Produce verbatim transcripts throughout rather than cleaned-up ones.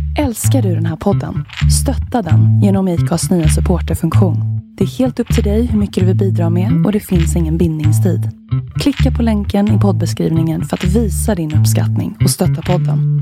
Älskar du den här podden? Stötta den genom I C A:s nya supporterfunktion. Det är helt upp till dig hur mycket du vill bidra med och det finns ingen bindningstid. Klicka på länken i poddbeskrivningen för att visa din uppskattning och stötta podden.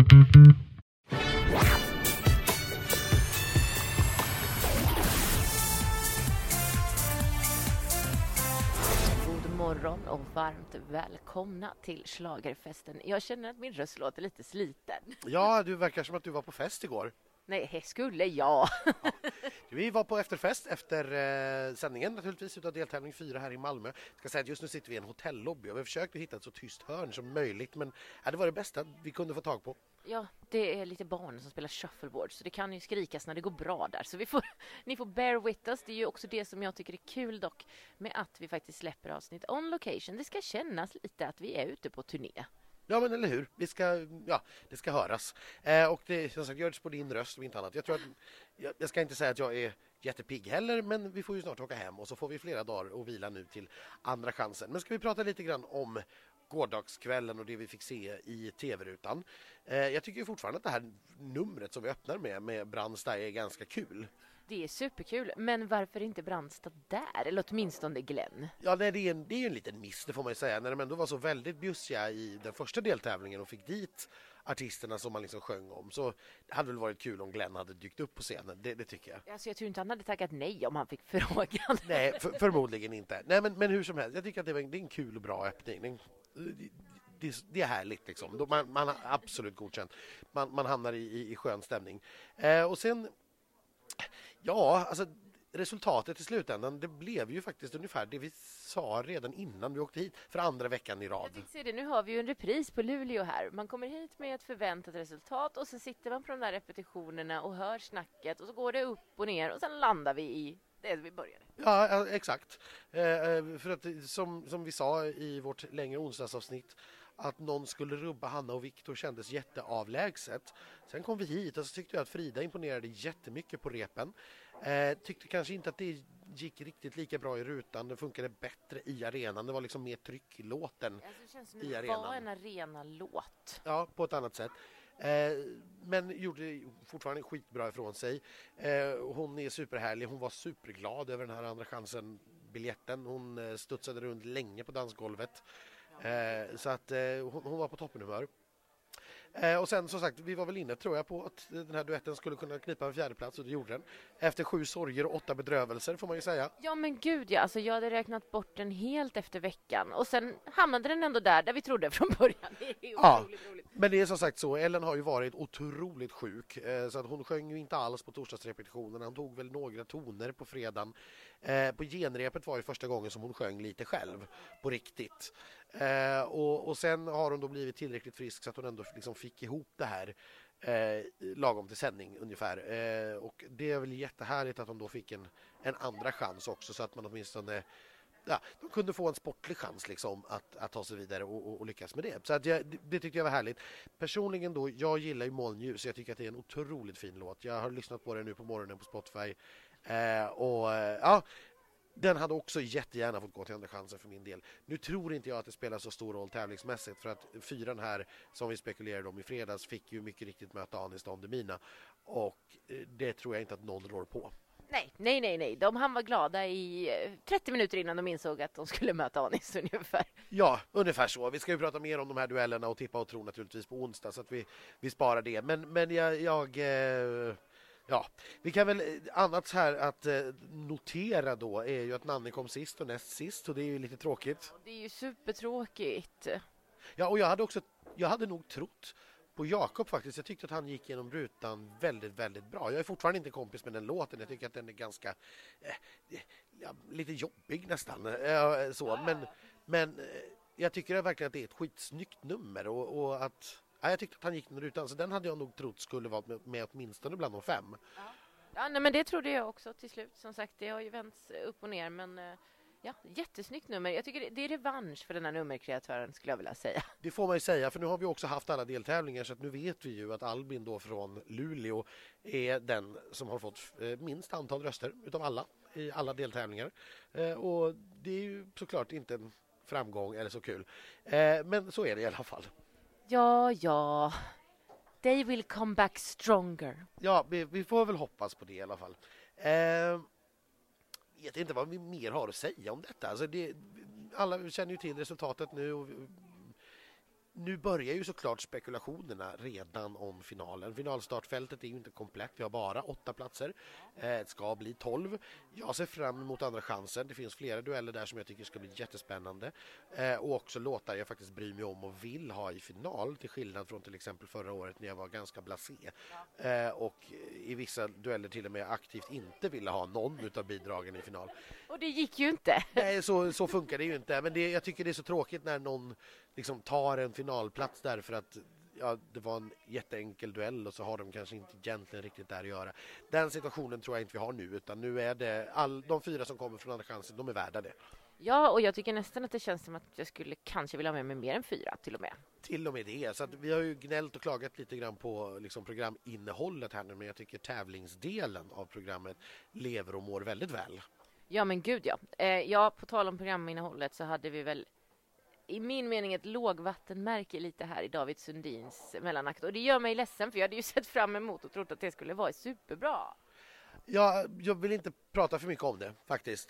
God morgon och varmt välkomna till Schlagerfesten. Jag känner att min röst låter lite sliten. Ja, du verkar som att du var på fest igår. Nej, skulle jag. Ja. Vi var på efterfest efter eh, sändningen naturligtvis utav deltävling fyra här i Malmö. Jag ska säga att just nu sitter vi i en hotellobby och vi har försökt hitta ett så tyst hörn som möjligt, men ja, det var det bästa vi kunde få tag på. Ja, det är lite barn som spelar shuffleboard så det kan ju skrikas när det går bra där. Så vi får, ni får bear with us. Det är ju också det som jag tycker är kul dock med att vi faktiskt släpper avsnitt on location. Det ska kännas lite att vi är ute på turné. Ja, men eller hur? Vi ska, ja, det ska höras. Eh, och det som sagt, görs på din röst och inte annat. Jag tror att, jag, jag ska inte säga att jag är jättepigg heller, men vi får ju snart åka hem och så får vi flera dagar att vila nu till andra chansen. Men ska vi prata lite grann om gårdagskvällen och det vi fick se i tv-rutan. Eh, jag tycker ju fortfarande att det här numret som vi öppnar med, med Brandsta är ganska kul. Det är superkul, men varför inte Brandsta där? Eller åtminstone Glenn? Ja, nej, det är en, det är en liten miss, det får man ju säga. När de ändå var så väldigt bjussiga i den första deltävlingen och fick dit artisterna som man liksom sjöng om, så det hade väl varit kul om Glenn hade dykt upp på scenen, det, det tycker jag. Alltså, jag tror inte han hade tackat nej om han fick frågan. Nej, för, förmodligen inte. Nej, men, men hur som helst, jag tycker att det, var en, det är en kul och bra öppning. Det, det, det är härligt liksom. Man, man har absolut godkänt. Man, man hamnar i, i, i skön stämning. Eh, och sen, ja, alltså resultatet i slutändan, det blev ju faktiskt ungefär det vi sa redan innan vi åkte hit för andra veckan i rad. Jag tänkte se det, nu har vi ju en repris på Luleå här. Man kommer hit med ett förväntat resultat och så sitter man på de där repetitionerna och hör snacket och så går det upp och ner och sen landar vi i det vi började. Ja, exakt. Eh, för att som, som vi sa i vårt längre onsdagsavsnitt, att någon skulle rubba Hanna och Viktor kändes jätteavlägset. Sen kom vi hit och så tyckte jag att Frida imponerade jättemycket på repen. Eh, tyckte kanske inte att det gick riktigt lika bra i rutan. Det funkade bättre i arenan. Det var liksom mer tryck i låten alltså, det känns som i det arenan. var en arena-låt. Ja, på ett annat sätt. Eh, men gjorde fortfarande skitbra ifrån sig. Eh, hon är superhärlig. Hon var superglad över den här andra chansen biljetten. Hon eh, studsade runt länge på dansgolvet. Eh, så att eh, hon, hon var på toppenhumör. Eh, och sen som sagt, vi var väl inne tror jag på att den här duetten skulle kunna knipa en fjärde plats och det gjorde den. Efter sju sorger och åtta bedrövelser får man ju säga. Ja men gud ja, alltså jag hade räknat bort den helt efter veckan och sen hamnade den ändå där där vi trodde från början. Det är ja, otroligt roligt. Men det är som sagt så, Ellen har ju varit otroligt sjuk eh, så att hon sjöng ju inte alls på torsdagsrepetitionen. Han tog väl några toner på fredagen. Eh, på genrepet var ju första gången som hon sjöng lite själv på riktigt. Eh, och, och sen har hon då blivit tillräckligt frisk så att hon ändå liksom fick ihop det här eh, lagom till sändning ungefär. Eh, och det är väl jättehärligt att hon då fick en, en andra chans också så att man åtminstone ja, de kunde få en sportlig chans liksom att, att ta sig vidare och, och, och lyckas med det. Så att jag, det, det tyckte jag var härligt. Personligen då, jag gillar ju Molnljus så jag tycker att det är en otroligt fin låt. Jag har lyssnat på den nu på morgonen på Spotify eh, och eh, ja, den hade också jättegärna fått gå till andra chansen för min del. Nu tror inte jag att det spelar så stor roll tävlingsmässigt för att fyran här som vi spekulerade om i fredags fick ju mycket riktigt möta Anis Don Demina och det tror jag inte att någon rår på. Nej, nej, nej, nej. De han var glada i trettio minuter innan de insåg att de skulle möta Anis ungefär. Ja, ungefär så. Vi ska ju prata mer om de här duellerna och tippa och tro naturligtvis på onsdag så att vi, vi sparar det. Men, men jag... jag eh... Ja, vi kan väl annat här att eh, notera då är ju att Nanne kom sist och näst sist och det är ju lite tråkigt. Det är ju supertråkigt. Ja, och jag hade också, jag hade nog trott på Jakob faktiskt. Jag tyckte att han gick genom rutan väldigt, väldigt bra. Jag är fortfarande inte kompis med den låten. Jag tycker att den är ganska, eh, ja, lite jobbig nästan. Eh, så. Men, men eh, jag tycker verkligen att det är ett skitsnyggt nummer och, och att... Ja, jag tyckte att han gick den rutan, så den hade jag nog trott skulle vara med, med åtminstone bland de fem. Ja, ja nej, men det trodde jag också till slut. Som sagt, det har ju vänts upp och ner, men ja, jättesnyggt nummer. Jag tycker det, det är revansch för den här nummerkreatören skulle jag vilja säga. Det får man ju säga, för nu har vi också haft alla deltävlingar så att nu vet vi ju att Albin då från Luleå är den som har fått minst antal röster utav alla i alla deltävlingar. Och det är ju såklart inte en framgång eller så kul. Men så är det i alla fall. Ja, ja. They will come back stronger. Ja, vi, vi får väl hoppas på det i alla fall. Eh, vet inte vad vi mer har att säga om detta. Alltså det, alla känner ju till resultatet nu och nu börjar ju såklart spekulationerna redan om finalen. Finalstartfältet är ju inte komplett. Vi har bara åtta platser. Eh, det ska bli tolv. Jag ser fram emot andra chansen. Det finns flera dueller där som jag tycker ska bli jättespännande. Eh, och också låtar jag faktiskt bryr mig om och vill ha i final. Till skillnad från till exempel förra året när jag var ganska blasé. Eh, och i vissa dueller till och med aktivt inte ville ha någon utav bidragen i final. Och det gick ju inte. Nej, så, så funkar det ju inte. Men det, jag tycker det är så tråkigt när någon liksom tar en finalplats där för att ja, det var en jätteenkel duell och så har de kanske inte egentligen riktigt där att göra. Den situationen tror jag inte vi har nu, utan nu är det all, de fyra som kommer från andra chansen, de är värda det. Ja, och jag tycker nästan att det känns som att jag skulle kanske vilja ha med mig mer än fyra till och med. Till och med det. Så att vi har ju gnällt och klagat lite grann på liksom programinnehållet här nu, men jag tycker tävlingsdelen av programmet lever och mår väldigt väl. Ja, men gud ja. Eh, ja, på tal om programinnehållet så hade vi väl i min mening ett lågvattenmärke lite här i David Sundins mellanakt. Och det gör mig ledsen, för jag hade ju sett fram emot och trott att det skulle vara superbra. Ja, jag vill inte prata för mycket om det, faktiskt.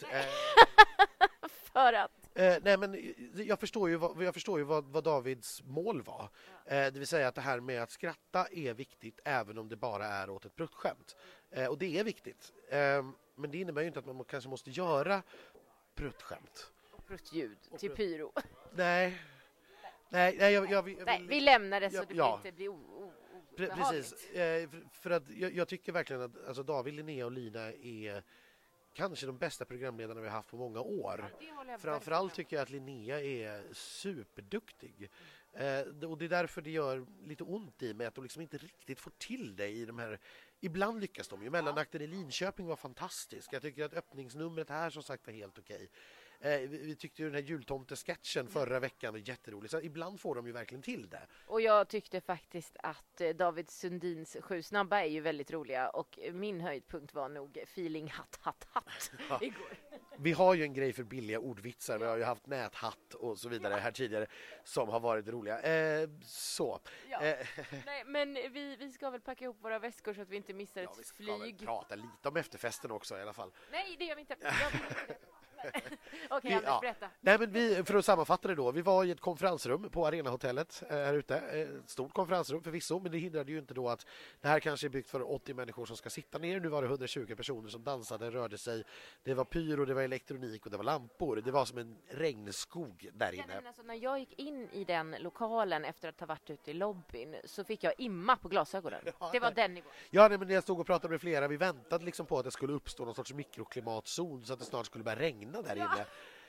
För att? Eh, nej, men jag förstår ju, vad, jag förstår ju vad, vad Davids mål var. Eh, det vill säga att det här med att skratta är viktigt även om det bara är åt ett pruttskämt. Eh, och det är viktigt. Eh, men det innebär ju inte att man kanske måste göra pruttskämt. Pruttljud till pyro. Nej. Nej, nej, jag, jag, jag, nej, vi lämnar det så jag, det ja. inte blir o- o- Pre- Precis. Eh, för, för att jag, jag tycker verkligen att alltså David, Linnea och Lina är kanske de bästa programledarna vi har haft på många år. Ja, Framförallt tycker jag att Linnea är superduktig. Eh, och det är därför det gör lite ont i mig att de liksom inte riktigt får till det i de här. Ibland lyckas de ju. Mellanakten i Linköping var fantastisk. Jag tycker att öppningsnumret här som sagt var helt okej. Eh, vi, vi tyckte ju den här jultomte-sketchen förra veckan var jätterolig. Så ibland får de ju verkligen till det. Och jag tyckte faktiskt att eh, David Sundins sju snabba är ju väldigt roliga. Och min höjdpunkt var nog feeling hatt, hatt, hatt Ja. igår. Vi har ju en grej för billiga ordvitsar. Vi har ju haft näthatt och så vidare här tidigare som har varit roliga. Eh, så. Ja. Eh, Nej, men vi, vi ska väl packa ihop våra väskor så att vi inte missar ja, ett vi ska väl flyg. prata lite om efterfesten också i alla fall. Nej, det gör vi inte. Jag vill inte det. Okej, Vi- Anders, ja. berätta. Nej, men vi, för att sammanfatta det då. Vi var i ett konferensrum på Arenahotellet eh, här ute. Ett stort konferensrum förvisso, men det hindrade ju inte då att det här kanske är byggt för åttio människor som ska sitta ner. Nu var det hundratjugo personer som dansade, rörde sig. Det var pyro, det var elektronik och det var lampor. Det var som en regnskog där Ja, inne. men alltså, när jag gick in i den lokalen efter att ha varit ute i lobbyn så fick jag imma på glasögonen. Ja, Det var nej. den nivån. Ja, nej, men jag stod och pratade med flera. Vi väntade liksom på att det skulle uppstå någon sorts mikroklimatzon så att det snart skulle börja regna där inne.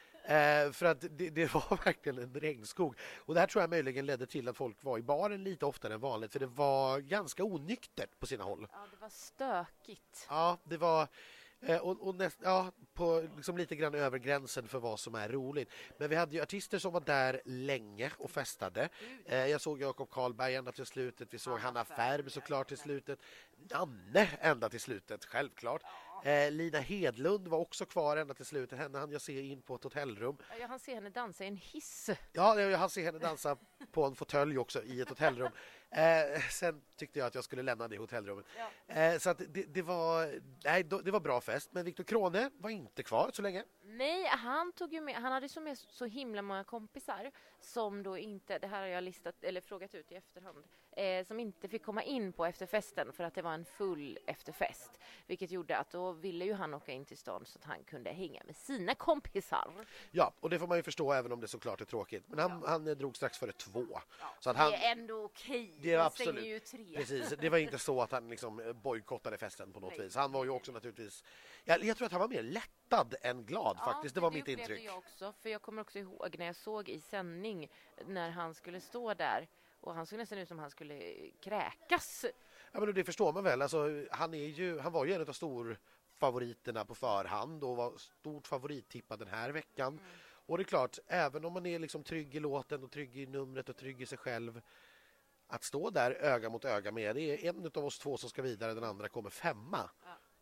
Eh, för att det, det var verkligen en regnskog. Och det här tror jag möjligen ledde till att folk var i baren lite oftare än vanligt. För det var ganska onyktert på sina håll. Ja, det var stökigt. Ja, det var... eh, Och, och näst, ja, på liksom lite grann över gränsen för vad som är roligt. Men vi hade ju artister som var där länge och festade. Eh, jag såg Jakob Karlberg ända till slutet. Vi såg Hanna Färm såklart till slutet. Nanne ända till slutet, självklart. Eh, Lina Hedlund var också kvar ända till slutet. Henne hann jag se in på ett hotellrum. Jag hann se henne dansa i en hiss. Ja, jag hann se henne dansa på en fåtölj också i ett hotellrum. Eh, sen tyckte jag att jag skulle lämna det hotellrummet. Ja. Eh, så att det, det var nej, då, det var bra fest. Men Viktor Krone var inte kvar så länge. Nej, han tog ju med, han hade så med så himla många kompisar som då inte, det här har jag listat eller frågat ut i efterhand, eh, som inte fick komma in på efterfesten för att det var en full efterfest. Vilket gjorde att då ville ju han åka in till stan så att han kunde hänga med sina kompisar. Ja, och det får man ju förstå även om det såklart är tråkigt. Men han, Ja. han eh, drog strax före två. Så att han, Det är ändå okej. Det är Man absolut. stänger ju tre. precis, det var inte så att han liksom bojkottade festen på något Nej. vis. Han var ju också naturligtvis... Jag, jag tror att han var mer lättad än glad Ja, faktiskt. Det var mitt upplevde intryck. Jag också, för jag kommer också ihåg när jag såg i sändning när han skulle stå där och han såg nästan ut som han skulle kräkas. Ja, men det förstår man väl. Alltså, han, är ju, han var ju en av stor favoriterna på förhand och var stort favorittippad den här veckan. Mm. Och det är klart, även om man är liksom trygg i låten och trygg i numret och trygg i sig själv, att stå där öga mot öga med, det är en av oss två som ska vidare, den andra kommer femma. Ja.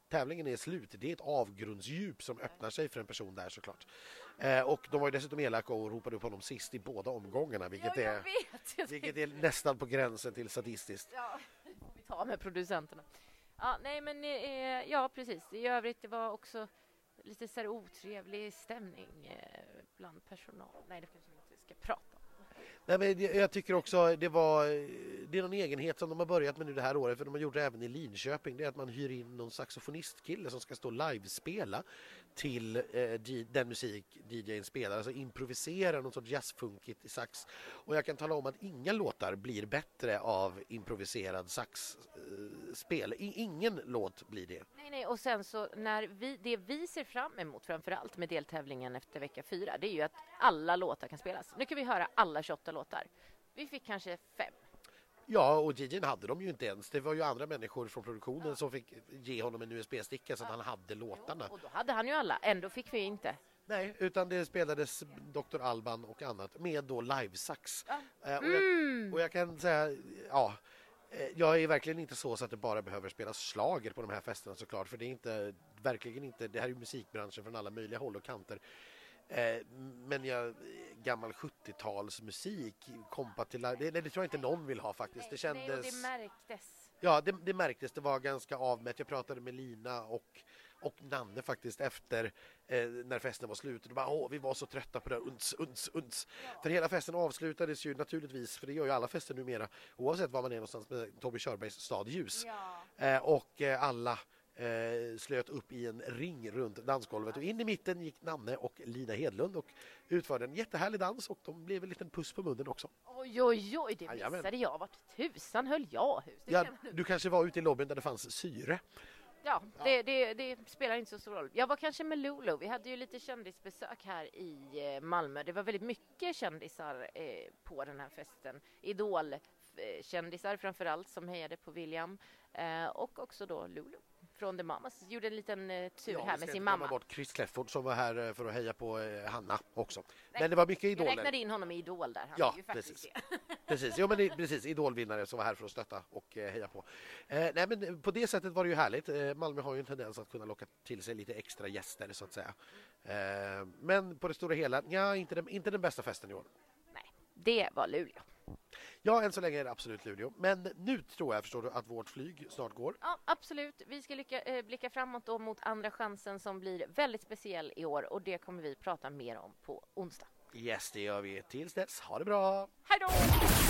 tävlingen är slut, det är ett avgrundsdjup som öppnar sig för en person där såklart. Eh, och de var ju dessutom elaka och ropade upp honom sist i båda omgångarna, vilket, Ja, jag är, vet. Jag vilket är nästan på gränsen till sadistiskt. Ja, det får vi ta med producenterna. Ja, nej men eh, ja, precis. I övrigt det var också lite så här otrevlig stämning eh, bland personal. Nej, det kanske vi inte ska prata om. Nej, men jag tycker också det var det är någon egenhet som de har börjat med nu det här året, för de har gjort det även i Linköping, det är att man hyr in någon saxofonistkille som ska stå livespela till eh, den musik D J:n spelar, alltså improvisera någon sorts jazzfunkigt i sax. Och jag kan tala om att inga låtar blir bättre av improviserad saxspel. Eh, ingen låt blir det. Nej, nej, och sen så när vi, det vi ser fram emot framförallt med deltävlingen efter vecka fyra, det är ju att alla låtar kan spelas. Nu kan vi höra alla tjugoåtta låtar. Vi fick kanske fem. Ja, och D J:n hade de ju inte ens. Det var ju andra människor från produktionen ja. som fick ge honom en U S B-sticka så att ja. han hade låtarna. Jo, och då hade han ju alla, ändå fick vi inte. Nej, utan det spelades doktor Alban och annat med då livesax. Ja. Eh, och, mm. jag, och jag kan säga, ja, jag är verkligen inte så, så att det bara behöver spelas slager på de här festerna såklart, för det är inte, verkligen inte, det här är ju musikbranschen från alla möjliga håll och kanter. Eh, men jag, gammal sjuttiotalsmusik kompat till, det, det tror jag inte någon vill ha faktiskt. Nej, det kändes... nej, och det märktes. Ja, det, det märktes. Det var ganska avmätt. Jag pratade med Lina och, och Nanne faktiskt efter eh, när festen var slut. Och bara, åh, vi var så trötta på det. Uns, uns, uns. Ja. För hela festen avslutades ju naturligtvis, för det gör ju alla fester numera, oavsett var man är någonstans, med Tobbe Körbergs Stadljus. Ja. Eh, och eh, alla Eh, slöt upp i en ring runt dansgolvet och in i mitten gick Nanne och Lina Hedlund och utförde en jättehärlig dans och de blev en liten puss på munnen också. Oj, oj, oj, det missade Jajamän. jag. Vart tusan höll jag hus? Ja, du kanske var ute i lobbyn där det fanns syre. Ja, ja. Det, det, det spelar inte så stor roll. Jag var kanske med Lulu. Vi hade ju lite kändisbesök här i Malmö. Det var väldigt mycket kändisar eh, på den här festen. Idol kändisar framförallt som hejade på William eh, och också då Lulu från The Mamas gjorde en liten eh, tur ja, här med sin mamma. Bort Chris Clefford som var här för att heja på eh, Hanna också. Nej, men det var mycket idoler. Jag räknade in honom i Idol där. Han ja, ju faktiskt precis. precis. Jo, men det, precis. Idolvinnare som var här för att stötta och eh, heja på. Eh, nej, men på det sättet var det ju härligt. Eh, Malmö har ju en tendens att kunna locka till sig lite extra gäster så att säga. Eh, men på det stora hela, ja, inte den, inte den bästa festen i år. Nej, det var Luleå. Ja, än så länge är det absolut Luleå. Men nu tror jag, förstår du, att vårt flyg snart går. Ja, absolut. Vi ska lycka, eh, blicka framåt då mot andra chansen som blir väldigt speciell i år. Och det kommer vi prata mer om på onsdag. Yes, det gör vi. Tills dess, ha det bra! Hej då!